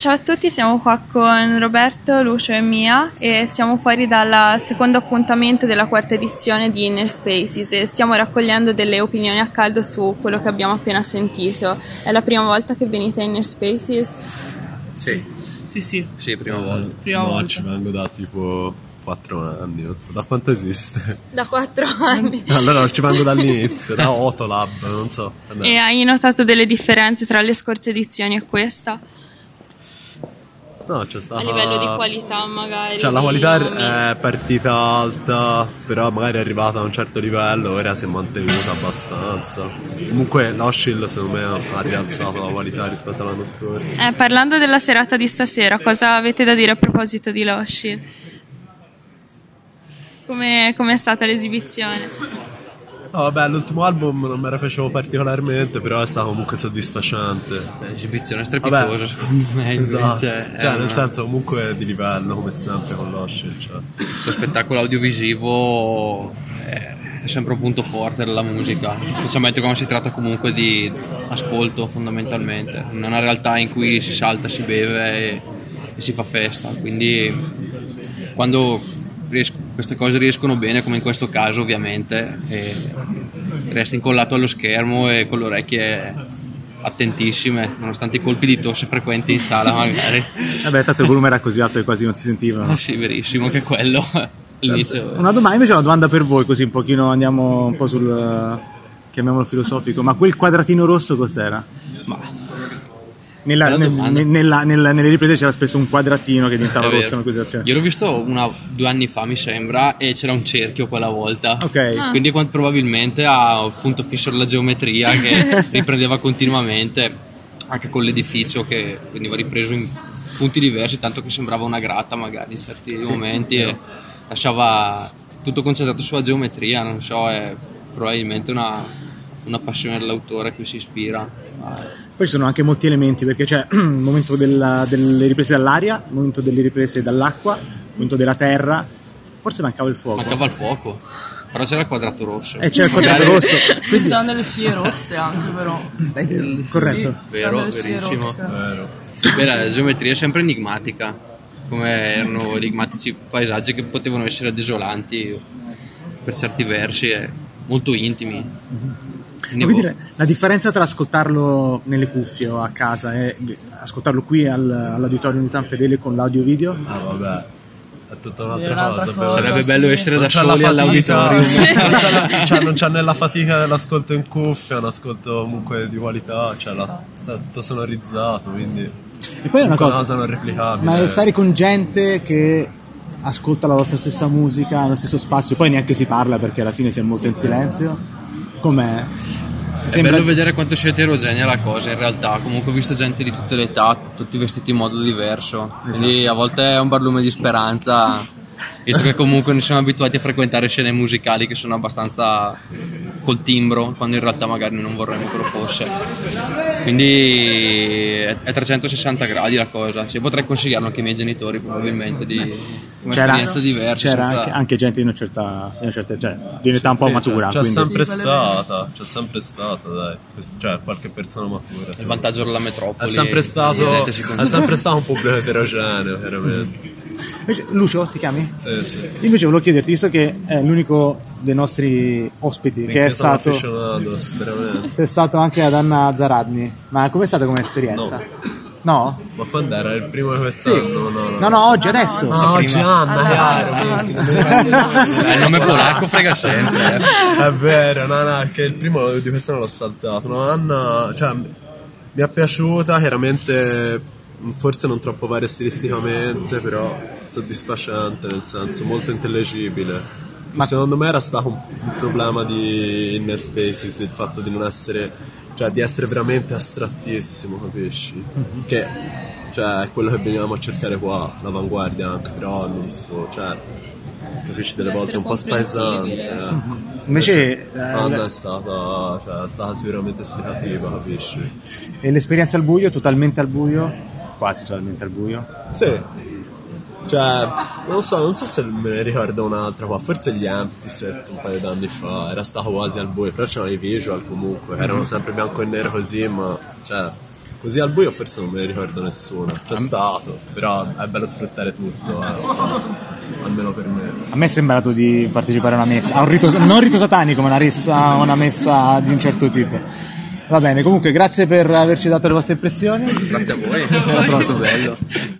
Ciao a tutti, siamo qua con Roberto, Lucio e Mia e siamo fuori dal secondo appuntamento della quarta edizione di Inner Spaces e stiamo raccogliendo delle opinioni a caldo su quello che abbiamo appena sentito. È la prima volta che venite a Inner Spaces? Sì, Sì, prima volta. prima volta. Ci vengo da tipo 4 anni, non so. Da quanto esiste? Da 4 anni. Allora ci vengo dall'inizio, da Otolab, non so. E hai notato delle differenze tra le scorse edizioni e questa? No, c'è stata... A livello di qualità magari? Cioè la di qualità nomi? è partita alta, però magari è arrivata a un certo livello, ora si è mantenuta abbastanza. Comunque l'Oshil secondo me ha rialzato la qualità rispetto all'anno scorso. Parlando della serata di stasera, cosa avete da dire a proposito di Loshi? Com'è stata l'esibizione? No, vabbè, l'ultimo album non mi era piaciuto particolarmente, però è stato comunque soddisfacente. L'esibizione strepitosa, Vabbè, secondo me. Esatto. Invece, Cioè, nel senso comunque di livello, come sempre con l'Oshil. Cioè. questo spettacolo audiovisivo è sempre un punto forte della musica, specialmente quando si tratta comunque di ascolto fondamentalmente. Non è una realtà in cui si salta, si beve e si fa festa, quindi quando queste cose riescono bene, come in questo caso ovviamente, e resti incollato allo schermo e con le orecchie attentissime, nonostante i colpi di tosse frequenti in sala magari. Vabbè, tanto il volume era così alto che quasi non si sentivano. Sì, verissimo, che quello all'inizio. Invece una domanda per voi, così un pochino andiamo un po' sul, chiamiamolo filosofico, ma quel quadratino rosso cos'era? Ma Nelle riprese c'era spesso un quadratino che diventava è vero. rosso in quelle situazioni. Io l'ho visto 2 anni fa mi sembra, e c'era un cerchio quella volta. Ok. Quindi probabilmente ha appunto fisso la geometria che riprendeva continuamente, anche con l'edificio che veniva ripreso in punti diversi, tanto che sembrava una gratta magari in certi momenti, e lasciava tutto concentrato sulla geometria. Non so, è probabilmente una passione dell'autore a cui si ispira. Poi ci sono anche molti elementi, perché c'è il momento delle riprese dall'aria, il momento delle riprese dall'acqua, il momento della terra, forse mancava il fuoco. Mancava il fuoco, però c'era il quadrato rosso. E c'è il quadrato rosso. C'erano delle scie rosse anche, però. Corretto. Vero, C'erano delle scie verissimo. rosse. Beh, la geometria è sempre enigmatica, come erano enigmatici paesaggi che potevano essere desolanti per certi versi e molto intimi. Vuoi dire la differenza tra ascoltarlo nelle cuffie o a casa e ascoltarlo qui all'auditorium di San Fedele con l'audio video? Ah, vabbè. È tutta un'altra È un'altra cosa. cosa. Sarebbe bello essere Non da c'è la soli fatica, all'auditorium. non c'è né la fatica dell'ascolto in cuffia, è un ascolto comunque di qualità, cioè sta tutto sonorizzato, quindi E poi è una cosa, non replicabile. ma stare con gente che ascolta la vostra stessa musica nello stesso spazio, poi neanche si parla perché alla fine si è molto in silenzio. Com'è? È bello vedere quanto sia eterogenea la cosa in realtà. Comunque ho visto gente di tutte le età, tutti vestiti in modo diverso, quindi a volte è un barlume di speranza, visto che comunque non siamo abituati a frequentare scene musicali che sono abbastanza col timbro, quando in realtà magari non vorremmo che lo fosse. Quindi è 360 gradi la cosa. Io potrei consigliarlo anche ai miei genitori probabilmente, di un'esperienza diversa. C'era senza- anche gente di una certa cioè, di un'età un po' matura, C'è quindi. sempre Sì, stata, dai. Cioè qualche persona matura. Il vantaggio della metropoli. È sempre la gente si concentra. un pubblico eterogeneo, veramente. Invece, Lucio, ti chiami? Sì. Io invece volevo chiederti, visto che è l'unico dei nostri ospiti che è sono stato, aficionados, veramente. sei stato anche ad Anna Zaradni, ma com'è stata come esperienza? No? Ma quando era il primo di quest'anno? No, oggi, adesso. No, oggi Anna, chiaro, minchia, non mi ricordo. Il nome polacco frega sempre. È vero, no, che il primo di quest'anno l'ho saltato. No, Anna, cioè, mi è piaciuta, chiaramente forse non troppo varia stilisticamente, però soddisfacente, nel senso molto intellegibile. Ma secondo me era stato un problema di Inner Spaces, il fatto di non essere, cioè di essere veramente astrattissimo, capisci? Che cioè è quello che venivamo a cercare qua, l'avanguardia anche, però non so, cioè capisci, delle volte è un po' spaesante. Invece Anna è stata sicuramente esplicativa, capisci? e l'esperienza al buio, totalmente al buio? Quasi totalmente al buio. Sì, cioè non so se me ne ricordo un'altra qua, forse gli Empty Set un paio d'anni fa, era stato quasi al buio, però c'erano i visual comunque, erano sempre bianco e nero così, ma cioè Così al buio forse non me ne ricordo nessuno. C'è stato, però è bello sfruttare tutto, almeno per me. A me è sembrato di partecipare a una messa, a un rito, non un rito satanico, ma una messa di un certo tipo. Va bene, comunque grazie per averci dato le vostre impressioni. Grazie a voi, Alla prossima. molto bello.